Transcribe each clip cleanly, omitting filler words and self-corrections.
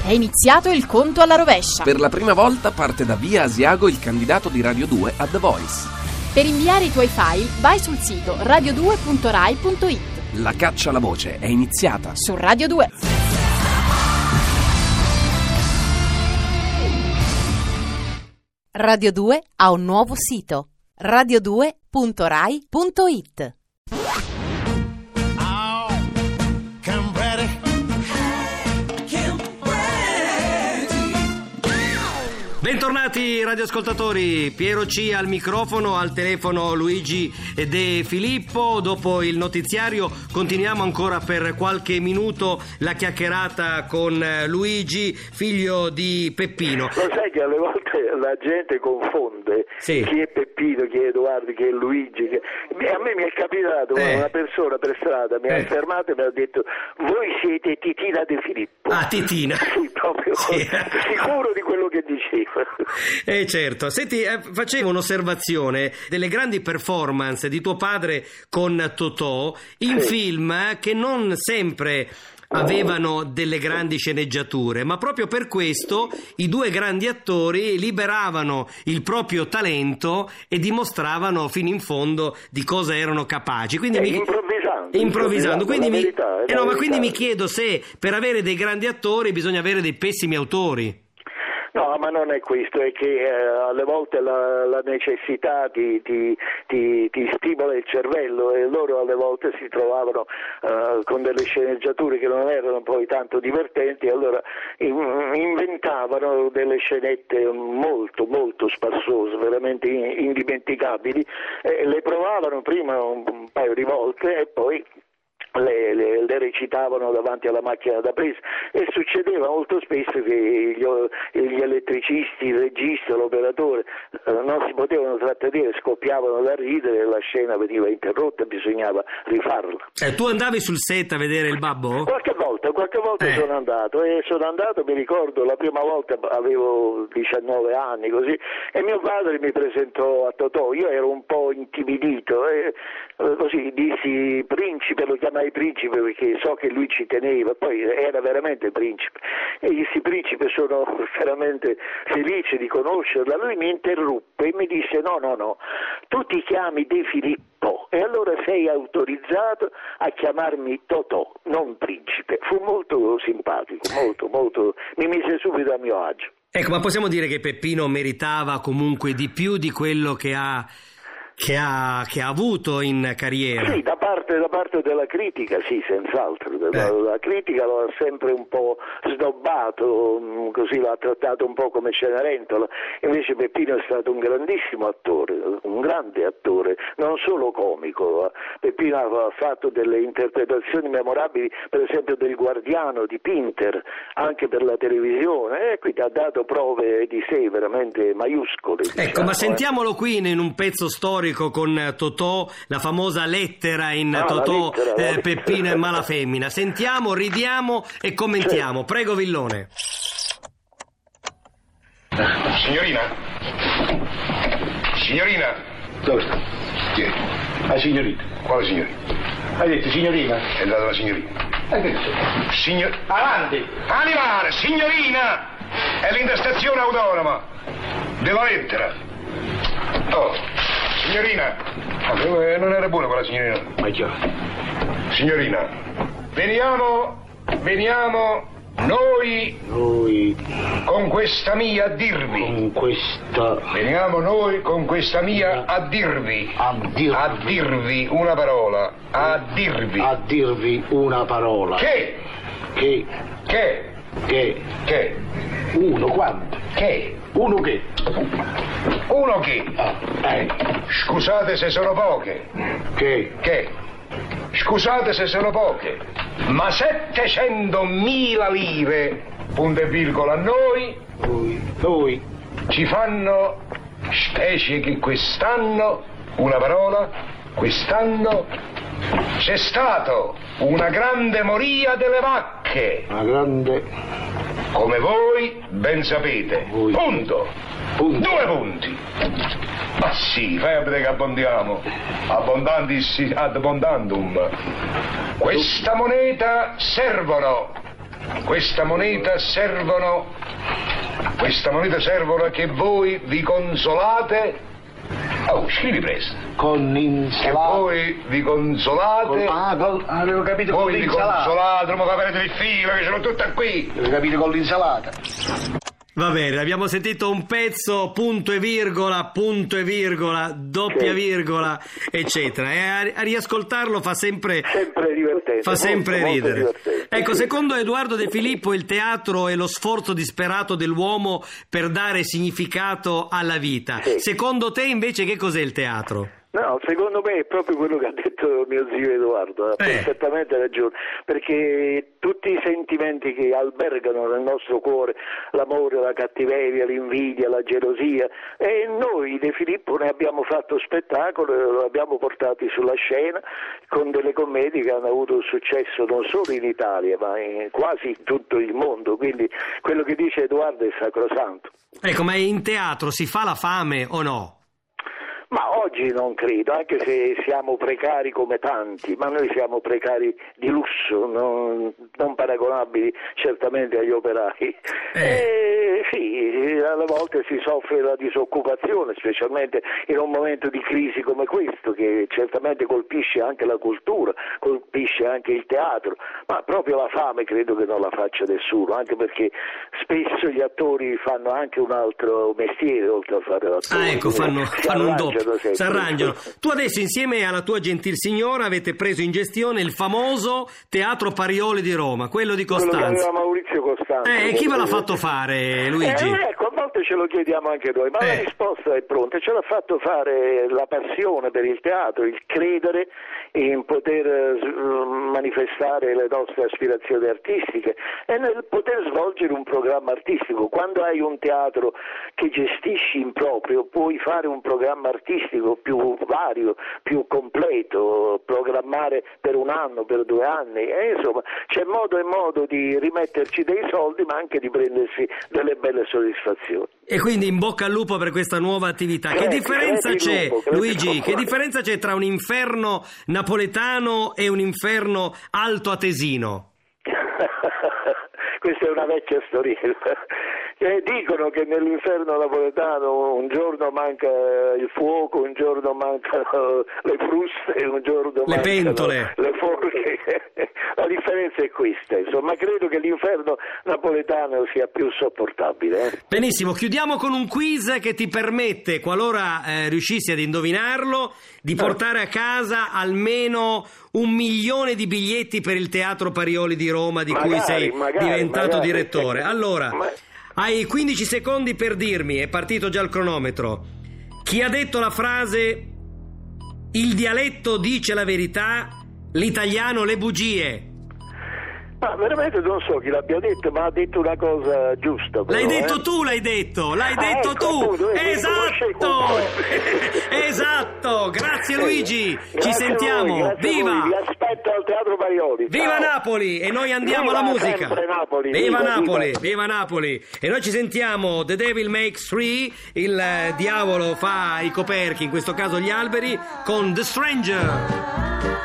È iniziato il conto alla rovescia. Per la prima volta parte da Via Asiago il candidato di Radio 2 a The Voice. Per inviare i tuoi file vai sul sito radio2.rai.it. La caccia alla voce è iniziata Su Radio 2. Radio 2 ha un nuovo sito: radio2.rai.it. Bentornati radioascoltatori, Piero C al microfono, al telefono Luigi De Filippo. Dopo il notiziario continuiamo ancora per qualche minuto la chiacchierata con Luigi, figlio di Peppino. Lo sai che alle volte la gente confonde chi è Peppino, chi è Edoardo, chi è Luigi. A me mi è capitato una persona per strada mi ha fermato e mi ha detto: voi siete Titina De Filippo. Ah, Titina. Sì, proprio sicuro di quello che diceva. Certo. Senti, facevo un'osservazione delle grandi performance di tuo padre con Totò in film che non sempre avevano delle grandi sceneggiature, ma proprio per questo i due grandi attori liberavano il proprio talento e dimostravano fino in fondo di cosa erano capaci. Quindi improvvisando. Quindi quindi mi chiedo se per avere dei grandi attori bisogna avere dei pessimi autori. No, ma non è questo, è che alle volte la necessità ti stimola il cervello e loro alle volte si trovavano con delle sceneggiature che non erano poi tanto divertenti, e allora inventavano delle scenette molto molto spassose, veramente indimenticabili, le provavano prima un paio di volte e poi le recitavano davanti alla macchina da presa, e succedeva molto spesso che gli elettricisti, il regista, l'operatore non si potevano trattenere, scoppiavano da ridere e la scena veniva interrotta e bisognava rifarla. Tu andavi sul set a vedere il babbo? Qualche volta sono andato, mi ricordo la prima volta avevo 19 anni così, e mio padre mi presentò a Totò. Io ero un po' intimidito e così dissi principe, lo chiamai principe perché so che lui ci teneva, poi era veramente principe, e dissi: principe, sono veramente felice di conoscerla. Lui mi interruppe e mi disse: no, tu ti chiami De Filippo e allora sei autorizzato a chiamarmi Totò, non principe. Fu molto simpatico, molto, mi mise subito a mio agio. Ecco, ma possiamo dire che Peppino meritava comunque di più di quello che ha avuto in carriera? Sì, da parte della critica, sì, senz'altro. La critica lo ha sempre un po' snobbato, così l'ha trattato un po' come Cenerentola. Invece Peppino è stato un grandissimo attore, un grande attore, non solo comico. Peppino ha fatto delle interpretazioni memorabili, per esempio del Guardiano di Pinter, anche per la televisione, e quindi ha dato prove di sé veramente maiuscole. Ecco, ma sentiamolo qui in un pezzo storico con Totò, la famosa lettera in Totò, lettera. Peppino e Malafemmina. Sentiamo, ridiamo e commentiamo. Prego, Villone. Signorina? Dove sta? Chi è? La signorina. Quale signorina? Hai detto signorina? È andata la signorina. Hai detto? Avanti! Animale, signorina! È l'intestazione autonoma della lettera. Oh, signorina! Non era buona quella signorina. Ma già. Signorina, veniamo noi con questa mia a dirvi. Veniamo noi con questa mia a dirvi. A dirvi una parola. A dirvi una parola. Che? Uno quanto? Che? Uno che? Scusate se sono poche. Che? Scusate se sono poche, ma 700.000 lire, punto e virgola, a noi ci fanno, specie che quest'anno, una parola, quest'anno c'è stato una grande moria delle vacche. Una grande... Come voi ben sapete. Punto. 2 punti. Ma sì, fai a vedere che abbondiamo. Abbondantis ad abbondandum. Questa moneta servono Questa moneta servono a che voi vi consolate. Oh, scrivi presto. Con insalata. Che voi vi consolate. Avevo capito con voi vi l'insalata. consolate, non mi fa perdere il filo, che sono tutta qui. Avevo capito con l'insalata. Va bene, abbiamo sentito un pezzo, punto e virgola, doppia virgola, eccetera. E a riascoltarlo fa sempre divertente. Fa sempre molto ridere. divertente. Ecco, secondo Edoardo De Filippo il teatro è lo sforzo disperato dell'uomo per dare significato alla vita. Sì. Secondo te invece che cos'è il teatro? No, secondo me è proprio quello che ha detto mio zio Edoardo, ha perfettamente ragione, perché tutti i sentimenti che albergano nel nostro cuore, l'amore, la cattiveria, l'invidia, la gelosia, e noi De Filippo ne abbiamo fatto spettacolo e lo abbiamo portati sulla scena con delle commedie che hanno avuto un successo non solo in Italia ma in quasi tutto il mondo, quindi quello che dice Edoardo è sacrosanto. Ecco, ma in teatro si fa la fame o no? Ma oggi non credo, anche se siamo precari come tanti, ma noi siamo precari di lusso, non paragonabili certamente agli operai. Sì, alle volte si soffre la disoccupazione, specialmente in un momento di crisi come questo, che certamente colpisce anche la cultura, colpisce anche il teatro, ma proprio la fame credo che non la faccia nessuno, anche perché spesso gli attori fanno anche un altro mestiere oltre a fare l'attore. Ah, ecco, fanno un doppio. Si arrangiano. Tu adesso insieme alla tua gentil signora avete preso in gestione il famoso Teatro Parioli di Roma, quello di Costanzo. Quello che aveva Maurizio Costanzo. E chi ve l'ha fatto fare, Luigi? Ecco, a volte ce lo chiediamo anche noi, ma la risposta è pronta. Ce l'ha fatto fare la passione per il teatro, il credere in poter manifestare le nostre aspirazioni artistiche e nel poter svolgere un programma artistico. Quando hai un teatro che gestisci in proprio, puoi fare un programma artistico più vario, più completo, programmare per un anno, per 2 anni, e insomma c'è modo e modo di rimetterci dei soldi ma anche di prendersi delle belle soddisfazioni. E quindi in bocca al lupo per questa nuova attività. Che differenza c'è, Luigi? Che differenza c'è tra un inferno napoletano e un inferno altoatesino? Questa è una vecchia storiella. Dicono che nell'inferno napoletano un giorno manca il fuoco, un giorno mancano le fruste, un giorno le pentole, le forche. La differenza è questa, insomma, credo che l'inferno napoletano sia più sopportabile. Benissimo, chiudiamo con un quiz che ti permette, qualora riuscissi ad indovinarlo, di portare a casa almeno 1 milione di biglietti per il Teatro Parioli di Roma, di cui sei diventato direttore. Allora, hai 15 secondi per dirmi, è partito già il cronometro, chi ha detto la frase "il dialetto dice la verità, l'italiano le bugie"? Ma veramente non so chi l'abbia detto, ma ha detto una cosa giusta. Però, l'hai detto tu, l'hai detto tu. Appunto, esatto. Esatto, grazie Luigi. Grazie ci sentiamo. Viva! Vi aspetto al Teatro Parioli. Viva Napoli! E noi andiamo alla musica. Napoli. Viva Napoli! Viva Napoli! E noi ci sentiamo The Devil Makes Three, il diavolo fa i coperchi, in questo caso gli alberi, con The Stranger.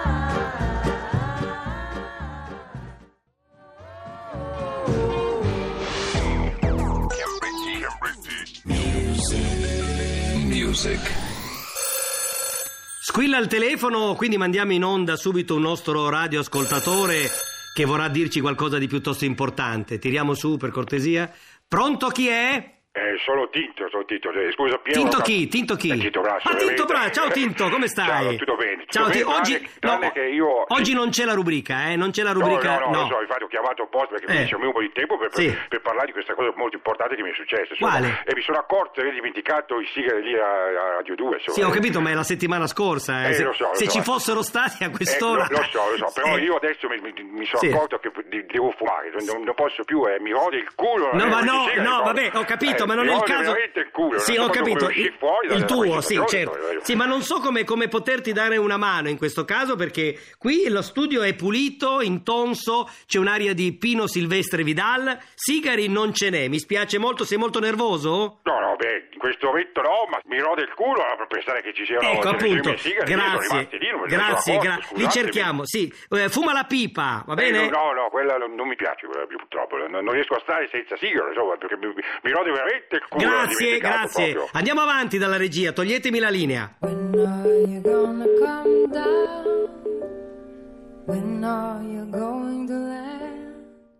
Squilla il telefono, quindi mandiamo in onda subito un nostro radioascoltatore che vorrà dirci qualcosa di piuttosto importante. Tiriamo su per cortesia. Pronto, chi è? Sono Tinto. Scusa Piero. Tinto chi? Tinto Brasso. Ma Tinto Brasso, ciao Tinto, come stai? Ciao, tutto bene. Ciao, Oggi, oggi non c'è la rubrica, non c'è la rubrica. No, lo so, infatti ho chiamato apposta perché mi diciamo un po' di tempo per parlare di questa cosa molto importante che mi è successa. Quale? E mi sono accorto che avevi dimenticato i sigari lì a Radio 2. Insomma. Sì, ho capito, ma è la settimana scorsa. Lo so. Ci fossero stati a quest'ora. Lo so, però io adesso mi sono accorto che devo fumare, non posso più, mi rode il culo. No, vabbè, ho capito. capito, ma non è il caso. Sì, ho capito. Il tuo, sì, certo. Sì, ma non so come poterti dare una mano in questo caso, perché qui lo studio è pulito, intonso, c'è un'aria di Pino Silvestre Vidal, sigari non ce n'è. Mi spiace molto, sei molto nervoso? No, in questo momento no, ma mi rode il culo a pensare che ci siano ecco, appunto, sigari. Grazie, li cerchiamo, sì. Fuma la pipa, va bene? No, quella non mi piace, purtroppo. Non riesco a stare senza sigaro, insomma, perché mi rode veramente il culo. Grazie. Proprio. Andiamo avanti dalla regia, toglietemi la linea. When are you gonna come down? When are you going to land?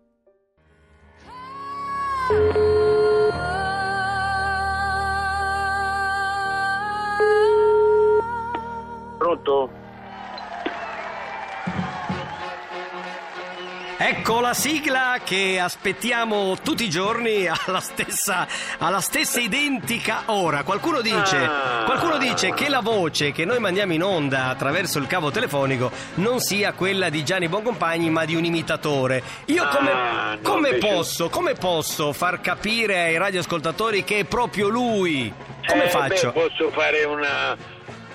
Pronto? Ecco la sigla che aspettiamo tutti i giorni alla stessa identica ora. Qualcuno dice che la voce che noi mandiamo in onda attraverso il cavo telefonico non sia quella di Gianni Boncompagni, ma di un imitatore. Io come posso far capire ai radioascoltatori che è proprio lui? Come faccio? Posso fare una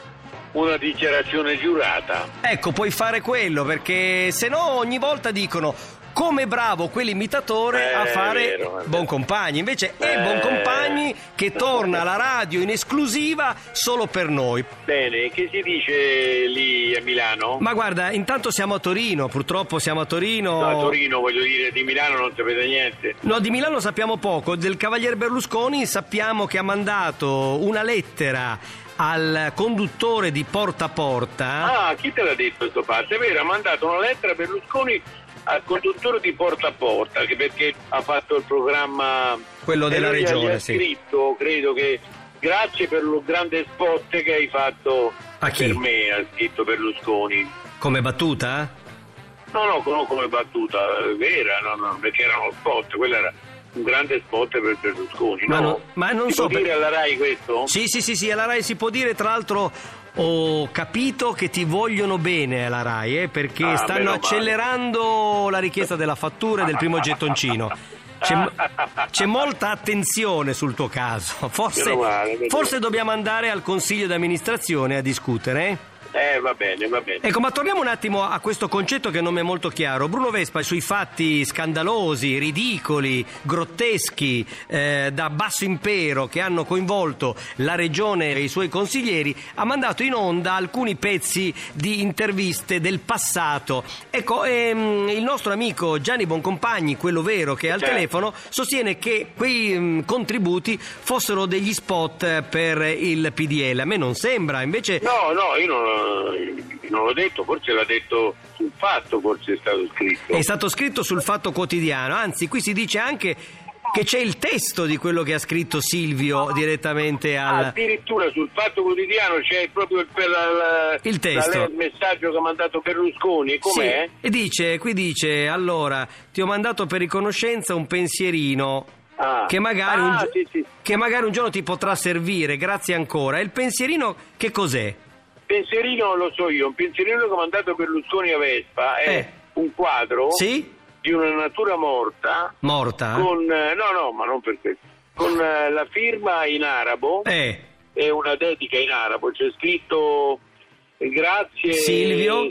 dichiarazione giurata. Ecco, puoi fare quello, perché se no ogni volta dicono come bravo quell'imitatore a fare Boncompagni. Invece è Boncompagni che torna alla radio in esclusiva solo per noi. Bene, che si dice lì a Milano? Ma guarda, intanto siamo a Torino, purtroppo siamo a Torino. No, a Torino voglio dire, di Milano non sapete niente. No, di Milano sappiamo poco. Del Cavaliere Berlusconi sappiamo che ha mandato una lettera al conduttore di Porta a Porta. Ah, chi te l'ha detto questo fatto? È vero, ha mandato una lettera a Berlusconi al conduttore di Porta a Porta, che perché ha fatto il programma, quello della regione, ha scritto, credo che grazie per lo grande spot che hai fatto per me, ha scritto Berlusconi. Come battuta? No, come battuta vera, no, perché era uno spot, quello era un grande spot per Berlusconi. Ma non si so. Può dire alla Rai questo? Sì, alla Rai si può dire. Tra l'altro ho capito che ti vogliono bene alla Rai, perché stanno accelerando la richiesta della fattura e del primo gettoncino. C'è molta attenzione sul tuo caso. Forse dobbiamo andare al consiglio di amministrazione a discutere, Va bene. Ecco, ma torniamo un attimo a questo concetto che non mi è molto chiaro. Bruno Vespa, sui fatti scandalosi, ridicoli, grotteschi, da basso impero, che hanno coinvolto la regione e i suoi consiglieri, ha mandato in onda alcuni pezzi di interviste del passato. Ecco, il nostro amico Gianni Boncompagni, quello vero che è al telefono, sostiene che quei contributi fossero degli spot per il PDL. A me non sembra, invece... No, io non l'ho detto, forse l'ha detto sul Fatto, forse è stato scritto. È stato scritto sul Fatto Quotidiano, anzi qui si dice anche che c'è il testo di quello che ha scritto Silvio direttamente al... Addirittura sul Fatto Quotidiano c'è proprio il testo, il messaggio che ha mandato Berlusconi, com'è? Sì, e qui dice, allora, ti ho mandato per riconoscenza un pensierino che magari un giorno ti potrà servire, grazie ancora. E il pensierino che cos'è? Pensierino lo so io, un pensierino che ha mandato Berlusconi a Vespa è un quadro di una natura morta con ma non per questo, con la firma in arabo e una dedica in arabo, c'è scritto grazie Silvio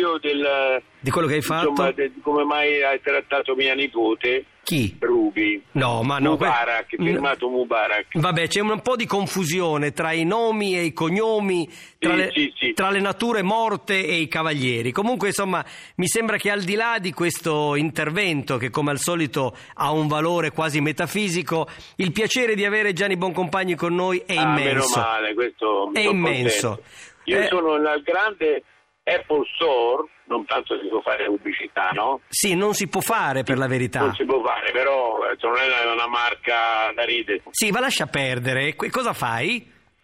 di quello che hai fatto, insomma, come mai hai trattato mia nipote. Chi? Rubi. No, Mubarak, firmato Mubarak. Vabbè, c'è un po' di confusione tra i nomi e i cognomi, tra le nature morte e i cavalieri. Comunque, insomma, mi sembra che al di là di questo intervento, che come al solito ha un valore quasi metafisico, il piacere di avere Gianni Boncompagni con noi è immenso. Meno male, questo è immenso. Contento. Io sono nel grande Apple Store, non tanto si può fare pubblicità, no? Sì, non si può fare, per la verità. Non si può fare, però non è una marca da ridere. Sì, ma lascia perdere. Cosa fai?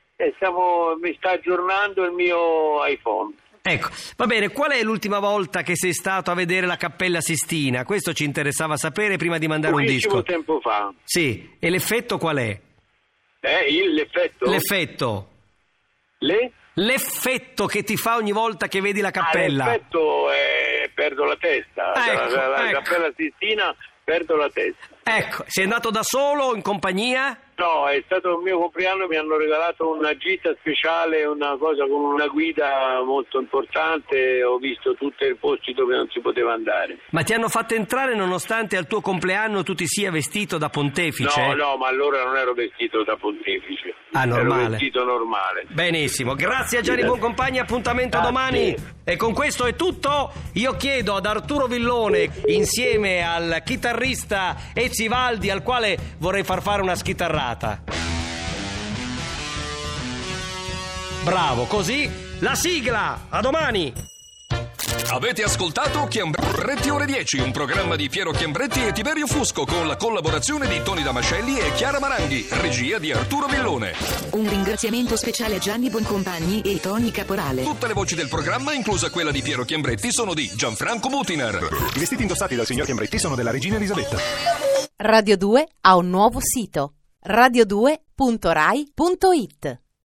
Mi sta aggiornando il mio iPhone. Ecco, va bene, qual è l'ultima volta che sei stato a vedere la Cappella Sistina? Questo ci interessava sapere prima di mandare un disco. Pochissimo tempo fa. Sì, e l'effetto qual è? L'effetto? L'effetto. L'effetto che ti fa ogni volta che vedi la cappella. L'effetto è perdo la testa. La Cappella Sistina perdo la testa. Ecco, sei andato da solo o in compagnia? No, è stato il mio compleanno, mi hanno regalato una gita speciale, una cosa con una guida molto importante, ho visto tutti i posti dove non si poteva andare. Ma ti hanno fatto entrare nonostante al tuo compleanno tu ti sia vestito da pontefice? No, ma allora non ero vestito da pontefice. Ah, normale. Ero vestito normale. Benissimo, grazie a Gianni Boncompagni, appuntamento domani. E con questo è tutto. Io chiedo ad Arturo Villone, insieme al chitarrista Ezio Valdi, al quale vorrei far fare una schitarrata. Bravo, così la sigla. A domani. Avete ascoltato Chiambretti ore 10, un programma di Piero Chiambretti e Tiberio Fusco con la collaborazione di Toni Damascelli e Chiara Maranghi, regia di Arturo Villone. Un ringraziamento speciale a Gianni Boncompagni e Toni Caporale. Tutte le voci del programma, inclusa quella di Piero Chiambretti, sono di Gianfranco Mutiner. I vestiti indossati dal signor Chiambretti sono della regina Elisabetta. Radio 2 ha un nuovo sito: radio2.rai.it.